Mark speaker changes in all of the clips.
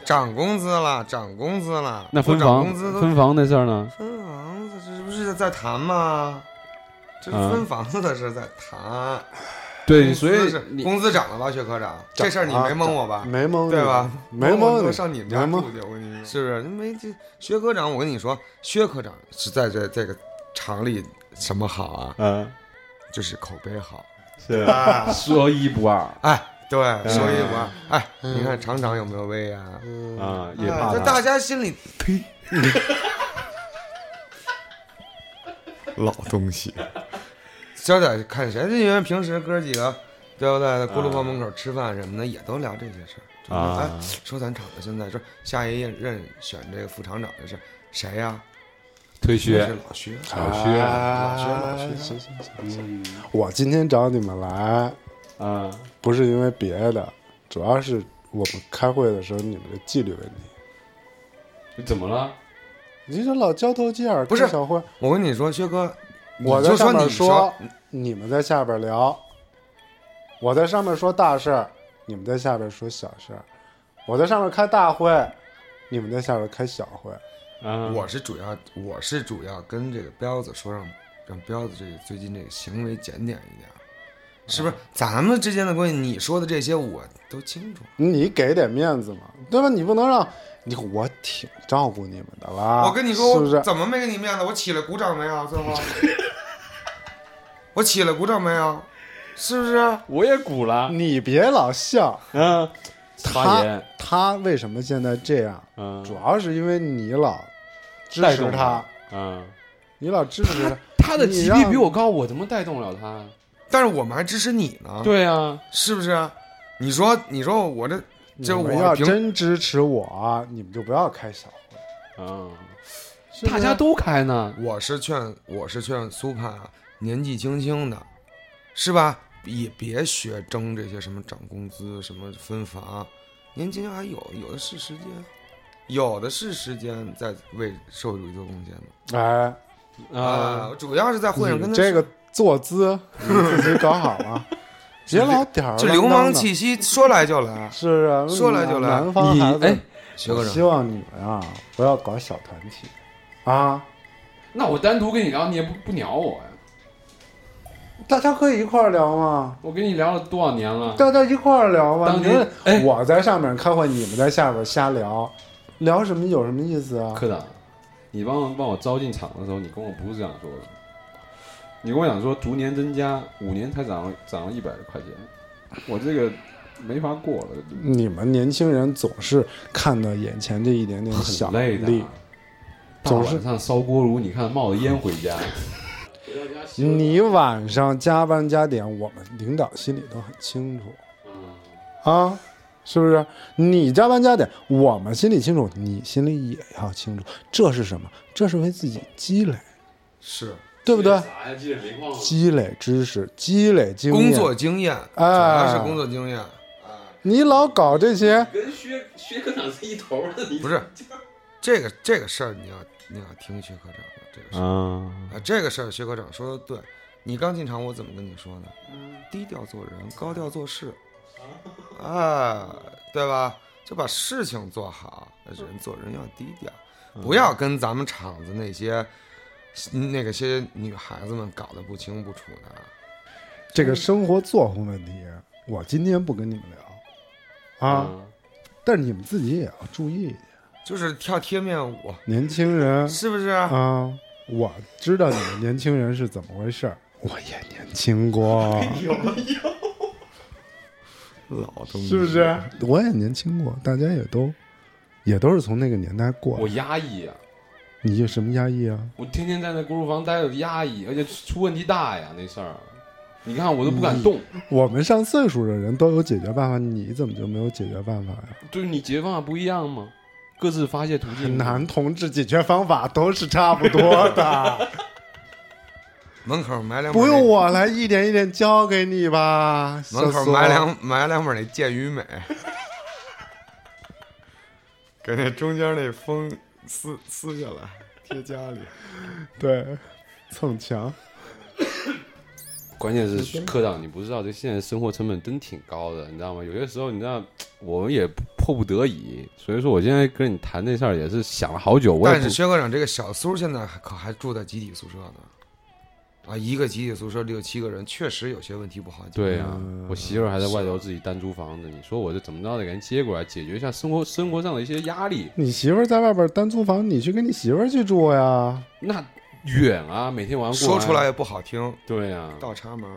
Speaker 1: 涨工资了。
Speaker 2: 那分房那事儿呢？
Speaker 1: 分房子这不是在谈吗？这分房子的事在谈。
Speaker 2: 对，所以
Speaker 1: 工资涨了吧，薛科长？这事儿你没蒙我吧？
Speaker 3: 没蒙，
Speaker 1: 对吧？
Speaker 3: 没蒙，
Speaker 1: 我上你们家住去，我跟你说，是不是？没这薛科长，我跟你说，薛科长是在这个厂里什么好啊？就是口碑好，
Speaker 2: 是吧？说一不二，
Speaker 1: 哎，对，说一不二，哎，你看厂长有没有威啊？
Speaker 2: 也怕
Speaker 1: 在大家心里，呸，老东西。这得看谁，因为平时哥几个，对不对？在锅炉房门口吃饭什么的，也都聊这些事儿。哎，说咱厂子现在说下一任选这个副厂长的事，谁呀？
Speaker 2: 推薛，
Speaker 1: 老薛，
Speaker 3: 行。我今天找你们来，不是因为别的，主要是我们开会的时候你们的纪律问题。
Speaker 2: 你怎么了？
Speaker 3: 你这老交头接耳，
Speaker 1: 不是
Speaker 3: 小慧。
Speaker 1: 我跟你说，薛哥。
Speaker 3: 我在上面说，你们在下边聊；我在上面说大事儿，你们在下边说小事儿；我在上面开大会，你们在下边开小会。
Speaker 1: 我是主要跟这个彪子说，让彪子这个最近这个行为检点一点，是不是？咱们之间的关系，你说的这些我都清楚。
Speaker 3: 你给点面子嘛，对吧？你不能让我挺照顾你们的啦。
Speaker 1: 我跟你说，
Speaker 3: 是不是？
Speaker 1: 怎么没给你面子？我起来鼓掌没有？最后。我起来鼓掌没有？是不是？
Speaker 2: 我也鼓了。
Speaker 3: 你别老笑。他为什么现在这样？主要是因为你老支持他。你老支持他。
Speaker 2: 他的级别比我高，我怎么带动了他？
Speaker 1: 但是我们还支持你呢。
Speaker 2: 对啊，
Speaker 1: 是不是？你说我这我
Speaker 3: 要真支持我，你们就不要开小会。
Speaker 2: 大家都开呢。
Speaker 1: 我是劝苏派啊。年纪轻轻的，是吧？也别学争这些什么涨工资、什么分房，年轻还有的是时间，在为社会主义做贡献的。主要是在会上跟他
Speaker 3: 这个坐姿，你自己搞好了，别老点儿。
Speaker 1: 这流氓气息说来就来，
Speaker 3: 是啊，
Speaker 1: 说来就来。
Speaker 3: 南方孩子，
Speaker 1: 我
Speaker 3: 希望你们啊，不要搞小团体啊。
Speaker 2: 那我单独跟你聊，你也不鸟我呀？
Speaker 3: 大家可以一块儿聊嘛。
Speaker 2: 我跟你聊了多少年了？
Speaker 3: 大家一块儿聊嘛。
Speaker 2: 当年
Speaker 3: 我在上面开会，你们在下边瞎聊，聊什么有什么意思啊？
Speaker 2: 科长，你帮我招进厂的时候，你跟我不是这样说的。你跟我讲说逐年增加，5年才涨了100多块钱，我这个没法过了。
Speaker 3: 你们年轻人总是看到眼前这一点点小利，
Speaker 2: 大晚上烧锅炉，你看冒着烟回家。
Speaker 3: 你晚上加班加点，我们领导心里都很清楚。是不是？你加班加点，我们心里清楚，你心里也要清楚。这是什么？这是为自己积累，
Speaker 1: 是
Speaker 3: 对不对？
Speaker 2: 积累煤矿，
Speaker 3: 积累知识，积累经验，
Speaker 1: 工作经验，主要是工作经验。
Speaker 3: 你老搞这些，
Speaker 2: 跟薛科长是一头的。
Speaker 1: 不是这个事儿，你要听薛科长的这个事儿这个事儿薛科长说的对。你刚进厂，我怎么跟你说的？低调做人，高调做事，对吧？就把事情做好，做人要低调，不要跟咱们厂子那些女孩子们搞得不清不楚的。
Speaker 3: 这个生活作风问题，我今天不跟你们聊但是你们自己也要注意一下。
Speaker 1: 就是跳贴面舞，
Speaker 3: 年轻人
Speaker 1: 是不是
Speaker 3: 我知道你们年轻人是怎么回事，我也年轻过。
Speaker 1: 老东西
Speaker 3: 是不是？我也年轻过，大家也都是从那个年代过。
Speaker 2: 我压抑啊！
Speaker 3: 你有什么压抑啊？
Speaker 2: 我天天在那锅炉房待着压抑，而且出问题大呀，那事儿。你看我都不敢动。
Speaker 3: 我们上岁数的人都有解决办法，你怎么就没有解决办法呀？
Speaker 2: 就是你解决方法不一样吗？各自发泄途径。
Speaker 3: 男同志解决方法都是差不多的。
Speaker 1: 门口买两本，
Speaker 3: 不用我来一点一点教给你吧。
Speaker 1: 门口买两本那《健与美》，给那中间那封撕下来贴家里。
Speaker 3: 对，蹭墙。
Speaker 2: 关键是科长，你不知道这现在生活成本真挺高的，你知道吗？有些时候你知道我们也迫不得已，所以说我现在跟你谈这事儿也是想了好久。
Speaker 1: 但是薛科长，这个小苏现在还住在集体宿舍呢。啊，一个集体宿舍6、7个人，确实有些问题不好解决。
Speaker 2: 对啊，我媳妇儿还在外头自己单租房子，你说我这怎么着得给人接过来，解决一下生活上的一些压力。
Speaker 3: 你媳妇儿在外边单租房，你去跟你媳妇儿去住呀？
Speaker 2: 那远啊，每天晚上
Speaker 1: 说出来也不好听。
Speaker 2: 对呀，
Speaker 1: 倒插门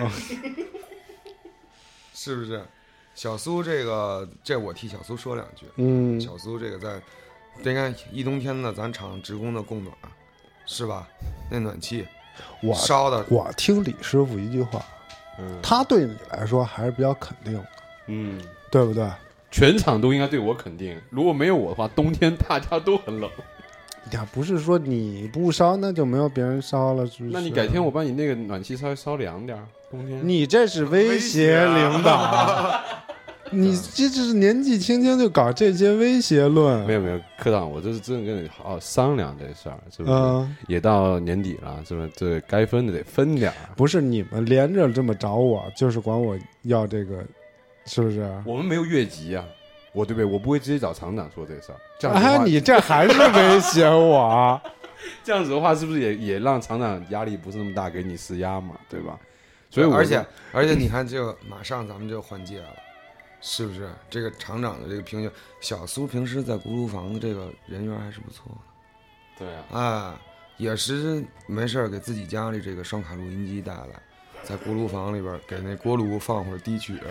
Speaker 1: 是不是？小苏这我替小苏说两句。小苏这个你看一冬天的，咱厂职工的供暖，是吧？那暖气。烧的，
Speaker 3: 我听李师傅一句话，他对你来说还是比较肯定的，对不对？
Speaker 2: 全场都应该对我肯定，如果没有我的话，冬天大家都很冷。
Speaker 3: 呀，不是说你不烧，那就没有别人烧了，是不是？
Speaker 2: 那你改天我把你那个暖气稍微烧凉点，冬天。
Speaker 3: 你这是威胁领导。你这是年纪轻轻就搞这些威胁论？
Speaker 2: 没有，科长，我这是真的跟你好好商量这事儿，是不是？也到年底了，是不是？这该分的得分点儿。
Speaker 3: 不是你们连着这么找我，就是管我要这个，是不是？
Speaker 2: 我们没有越级啊，对不对？我不会直接找厂长说这事儿。这样的话，
Speaker 3: 你这还是威胁我？
Speaker 2: 这样子的话，是不是也让厂长压力不是那么大，给你施压嘛，对吧？所以，
Speaker 1: 而且你看，这马上咱们就换届了。是不是这个厂长的这个评价？小苏平时在锅炉房的这个人缘还是不错
Speaker 2: 的。对啊，
Speaker 1: 哎，也是没事给自己家里这个双卡录音机带来，在锅炉房里边给那锅炉放会儿低曲，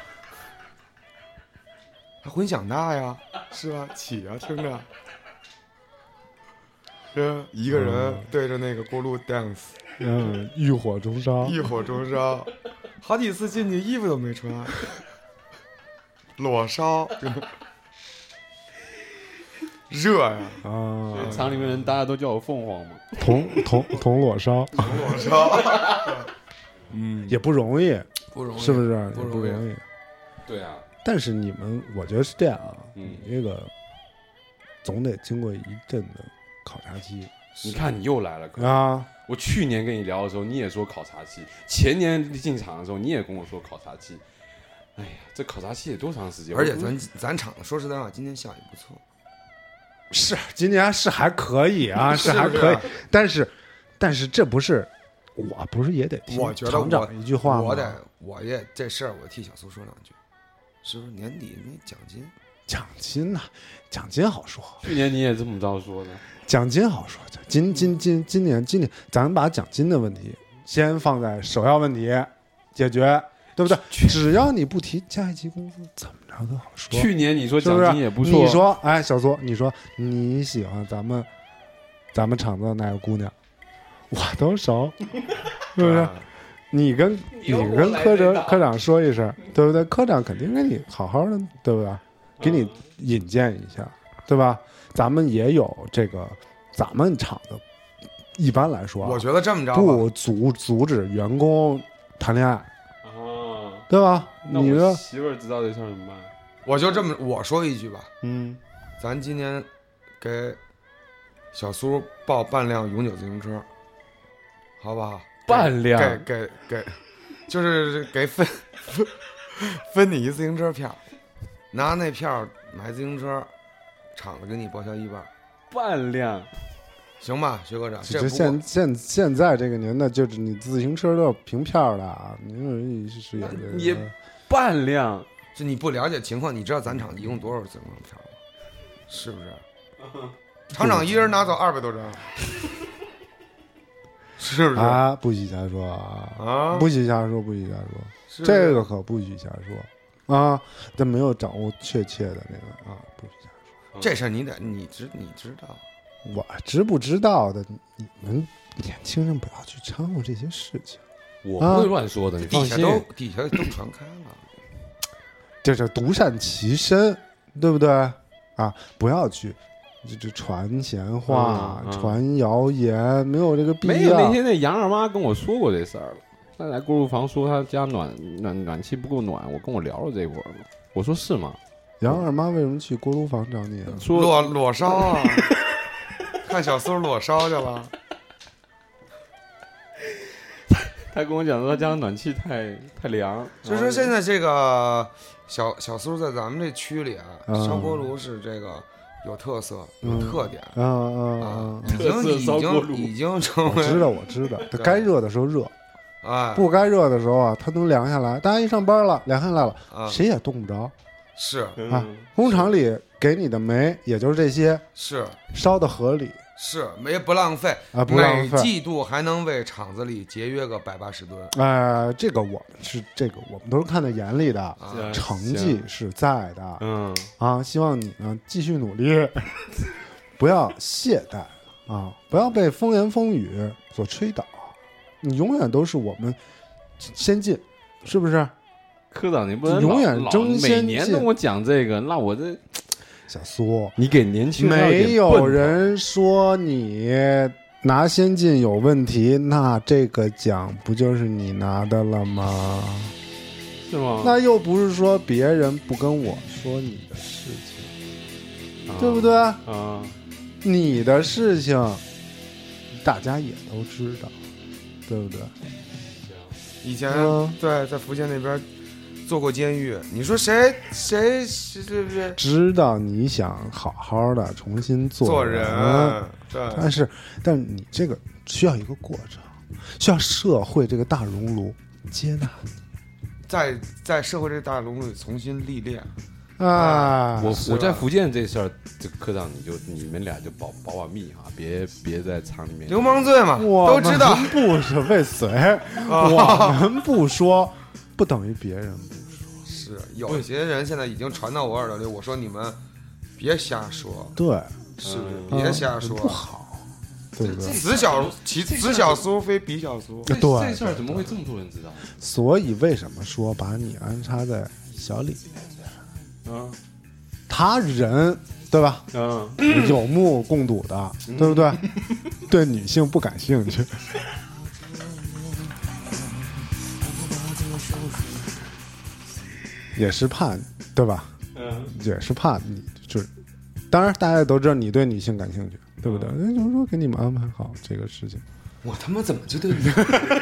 Speaker 1: 他混响大呀，是吧？起啊，听着，这一个人对着那个锅炉 dance，
Speaker 3: 欲火中烧，
Speaker 1: 欲火中烧，好几次进去衣服都没穿。裸烧，热呀！
Speaker 3: 啊，
Speaker 2: 厂里面人大家都叫我凤凰嘛，
Speaker 3: 铜裸烧，
Speaker 1: 裸烧，
Speaker 3: 也不容易，是不是？
Speaker 1: 不
Speaker 3: 容易。
Speaker 2: 对啊，
Speaker 3: 但是你们，我觉得是这样啊，你这个总得经过一阵的考察期。
Speaker 2: 你看，你又来了
Speaker 3: 啊！
Speaker 2: 我去年跟你聊的时候，你也说考察期；前年进厂的时候，你也跟我说考察期。哎呀，这考察期得多长时间？
Speaker 1: 而且咱厂子说实在话，今年效益不错。
Speaker 3: 是，今年是还可以啊，是还可以。但是这不是，我不是也得听厂长一句话吗？
Speaker 1: 我也这事儿，我替小苏说两句，是不是年底那奖金？
Speaker 3: 奖金呐，奖金好说。
Speaker 2: 去年你也这么着说的。
Speaker 3: 奖金好说，今年，咱们把奖金的问题先放在首要问题解决。对不对？只要你不提加一级工资，怎么着都好说。
Speaker 2: 去年你说奖金也不错，
Speaker 3: 你说，哎，小苏，你说你喜欢咱们厂子哪个姑娘，我都熟，是不是？你跟科长说一声，对不对？科长肯定跟你好好的，对不对？给你引荐一下，对吧？咱们也有这个，咱们厂子一般来说，
Speaker 1: 我觉得这么着
Speaker 3: 不阻止员工谈恋爱。对吧？你
Speaker 2: 说媳妇儿知道这事儿怎么办？
Speaker 1: 我就这么我说一句吧，咱今年给小苏报半辆永久自行车，好不好？
Speaker 2: 半辆
Speaker 1: 给，就是给分你一自行车票，拿那票买自行车，厂子给你报销一半。
Speaker 2: 半辆。
Speaker 1: 行吧，薛科长，
Speaker 3: 这现在这个年代，就是你自行车都要凭票的啊，你是
Speaker 2: 也半辆，
Speaker 1: 就你不了解情况，你知道咱厂一共多少自行车票吗？是不是？厂长一人拿走200多张，是不是
Speaker 3: 啊？不许瞎说啊！不许瞎说，这个可不许瞎说啊！但没有掌握确切的那个啊，不许瞎说。
Speaker 1: 这事儿你知道。
Speaker 3: 我知不知道的？你们年轻人不要去掺和这些事情。
Speaker 2: 我不会乱说的，你放心。
Speaker 1: 底下都传开了，
Speaker 3: 这是独善其身，对不对？啊，不要去这传闲话、传谣言，没有这个必要。
Speaker 2: 没有，那天那杨二妈跟我说过这事儿了。她来锅炉房说她家暖气不够暖，我跟我聊了这会儿嘛。我说是吗？
Speaker 3: 杨二妈为什么去锅炉房找你啊？
Speaker 2: 说
Speaker 1: 裸烧啊。看小苏裸烧去了，
Speaker 2: 他跟我讲说家的暖气太凉，
Speaker 1: 所以说现在这个小苏在咱们这区里啊，烧锅炉是这个有特色、有特点已经成为
Speaker 3: 我知道，它该热的时候热，
Speaker 1: 哎，
Speaker 3: 不该热的时候啊，它能凉下来。大家一上班了，凉下来了，谁也冻不着。
Speaker 1: 是
Speaker 3: 啊，工厂里给你的煤也就是这些，
Speaker 1: 是
Speaker 3: 烧的合理。
Speaker 1: 是煤不浪费
Speaker 3: 啊，不浪费，
Speaker 1: 每季度还能为厂子里节约个180吨。
Speaker 3: 这个我们都是看在眼里的，成绩是在的。希望你呢继续努力，不要懈怠啊，不要被风言风语所吹倒，你永远都是我们先进，是不是？
Speaker 2: 科长，你不能
Speaker 3: 永远争先进，
Speaker 2: 每年跟我讲这个，那我这。
Speaker 3: 小苏，
Speaker 2: 你给年轻人
Speaker 3: 没有人说你拿先进有问题，那这个奖不就是你拿的了吗？
Speaker 2: 是吗？
Speaker 3: 那又不是说别人不跟我说你的事情，对不对？你的事情大家也都知道，对不对？
Speaker 1: 以前对，在福建那边做过监狱，你说谁是不是
Speaker 3: 知道你想好好的重新做人？
Speaker 1: 对，
Speaker 3: 但你这个需要一个过程，需要社会这个大熔炉接纳你，
Speaker 1: 在社会这个大熔炉里重新历练
Speaker 3: 啊！
Speaker 2: 我在福建这事儿，这个科长你们俩就保密哈，别在厂里面
Speaker 1: 流氓罪嘛，都知道。
Speaker 3: 不是未遂，我们不说，不等于别人不说。
Speaker 1: 是有些人现在已经传到我耳朵里，我说你们别瞎说，
Speaker 3: 对，
Speaker 1: 是别瞎说，
Speaker 3: 不好，对不对？
Speaker 1: 此小苏非彼小苏，
Speaker 3: 对，
Speaker 2: 这事儿怎么会这么多人知道？
Speaker 3: 所以为什么说把你安插在小李那边？他人对吧？有目共睹的，对不对？对女性不感兴趣。也是怕，对吧？也是怕你，就是，当然大家都知道你对女性感兴趣，对不对？那就是说给你们安排好这个事情。
Speaker 1: 我他妈怎么就对你？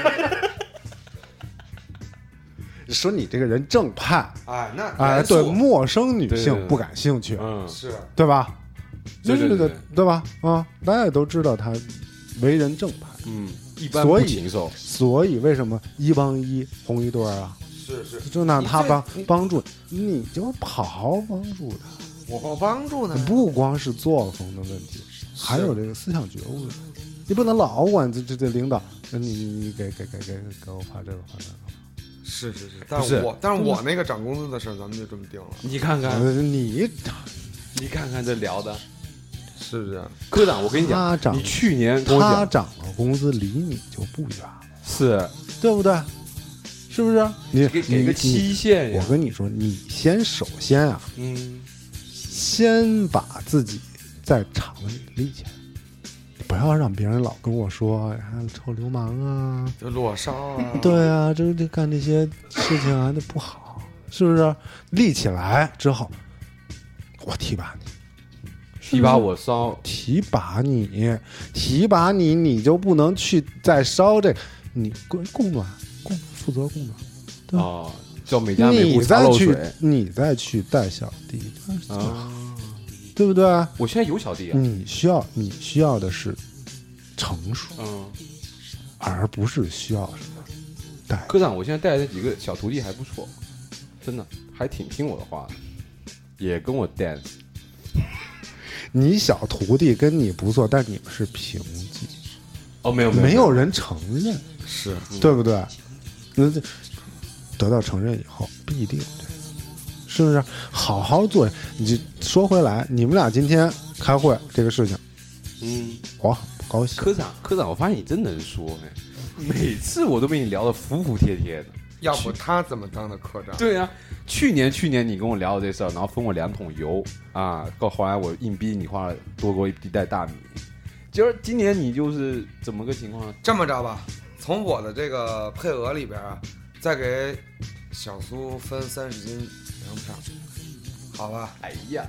Speaker 3: 说你这个人正派，
Speaker 1: 对
Speaker 3: 陌生女性不感兴趣，
Speaker 1: 是
Speaker 3: 对吧？
Speaker 2: 对，
Speaker 3: 对吧？大家也都知道他为人正派，
Speaker 2: 一般不禽兽。
Speaker 3: 所以为什么一帮一红一对啊？
Speaker 1: 是，
Speaker 3: 就让他帮助你，就好好帮助他。
Speaker 1: 我帮助他，
Speaker 3: 不光是作风的问题，还有这个思想觉悟的问题。你不能老管这领导，你给我发这个发那个。
Speaker 1: 是，但是我那个涨工资的事，咱们就这么定了。
Speaker 2: 你看看，
Speaker 3: 你
Speaker 2: 看看这聊的，
Speaker 1: 是不是？
Speaker 2: 科长，我跟你讲，你去年跟我讲，
Speaker 3: 他涨了工资，离你就不远了，
Speaker 2: 是
Speaker 3: 对不对？是不是？你
Speaker 2: 给个期限呀！
Speaker 3: 我跟你说，你首先啊，先把自己在厂子里立起来，不要让别人老跟我说臭流氓啊，
Speaker 1: 就裸烧啊，
Speaker 3: 对啊，这干这些事情啊，那不好，是不是？立起来之后，我提拔你，
Speaker 2: 提拔我烧，
Speaker 3: 提拔你，你就不能去再烧这个，你供暖。负责供暖，对吧？
Speaker 2: 叫每家每户查漏水，
Speaker 3: 你再去带小弟，对不对？
Speaker 2: 我现在有小弟啊。
Speaker 3: 你需要的是成熟，而不是需要什么带。
Speaker 2: 科长，我现在带的几个小徒弟还不错，真的还挺听我的话的，也跟我 dance。
Speaker 3: 你小徒弟跟你不错，但你们是平级。没有人承认，
Speaker 1: 是
Speaker 3: 对不对？那得到承认以后，必定是不是？好好做。你就说回来，你们俩今天开会这个事情，我很不高兴。
Speaker 2: 科长，我发现你真能说每次我都被你聊得服服帖帖的。
Speaker 1: 要不他怎么当的科长？
Speaker 2: 对啊，去年你跟我聊这事儿，然后分我2桶油啊，到后来我硬逼你花了多给我1袋大米。今年你就是怎么个情况？
Speaker 1: 这么着吧，从我的这个配额里边再给小苏分30斤粮票，好吧？
Speaker 2: 哎呀，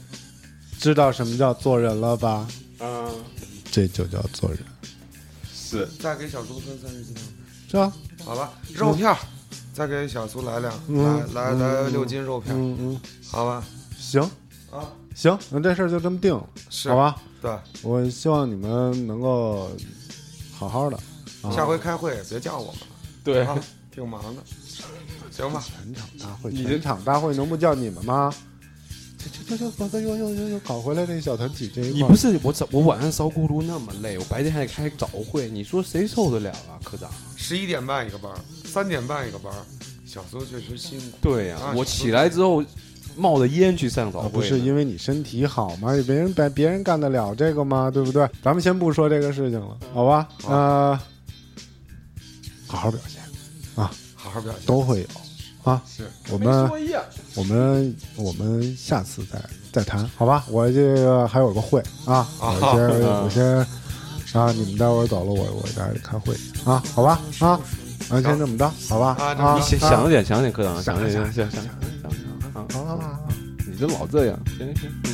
Speaker 3: 知道什么叫做人了吧？这就叫做人。
Speaker 2: 是，
Speaker 1: 再给小苏分30斤，
Speaker 3: 是啊，
Speaker 1: 好吧？肉片儿，再给小苏来来6斤肉片，好吧？
Speaker 3: 行
Speaker 1: 啊，
Speaker 3: 行，那这事儿就这么定了，
Speaker 1: 是
Speaker 3: 好吧？
Speaker 1: 对，
Speaker 3: 我希望你们能够好好的。
Speaker 1: 下回开会别叫我们了，
Speaker 2: 对
Speaker 1: 啊，挺忙的，行吧？
Speaker 3: 全场大会，全场大会能不叫你们吗？这又搞回来这小团体这一块。
Speaker 2: 你不是我晚上烧锅炉那么累，我白天还开早会，你说谁受得了啊，科长
Speaker 1: ？11点半一个班，3点半一个班，小苏确实辛苦。
Speaker 2: 对呀，我起来之后冒着烟去上早会，
Speaker 3: 不是因为你身体好吗？别人干得了这个吗？对不对？咱们先不说这个事情了，好吧？好好表现啊，
Speaker 1: 好好表现，
Speaker 3: 都会有啊。
Speaker 1: 是
Speaker 3: 我们下次再谈，好吧？我这个还有个会啊，有些啊，你们待会儿走了，我再开会啊，好吧？啊，先这么着，好吧？
Speaker 1: 啊，
Speaker 2: 你想着点，科长，想着点，想啊！
Speaker 3: 好。
Speaker 2: 你这老这样，行，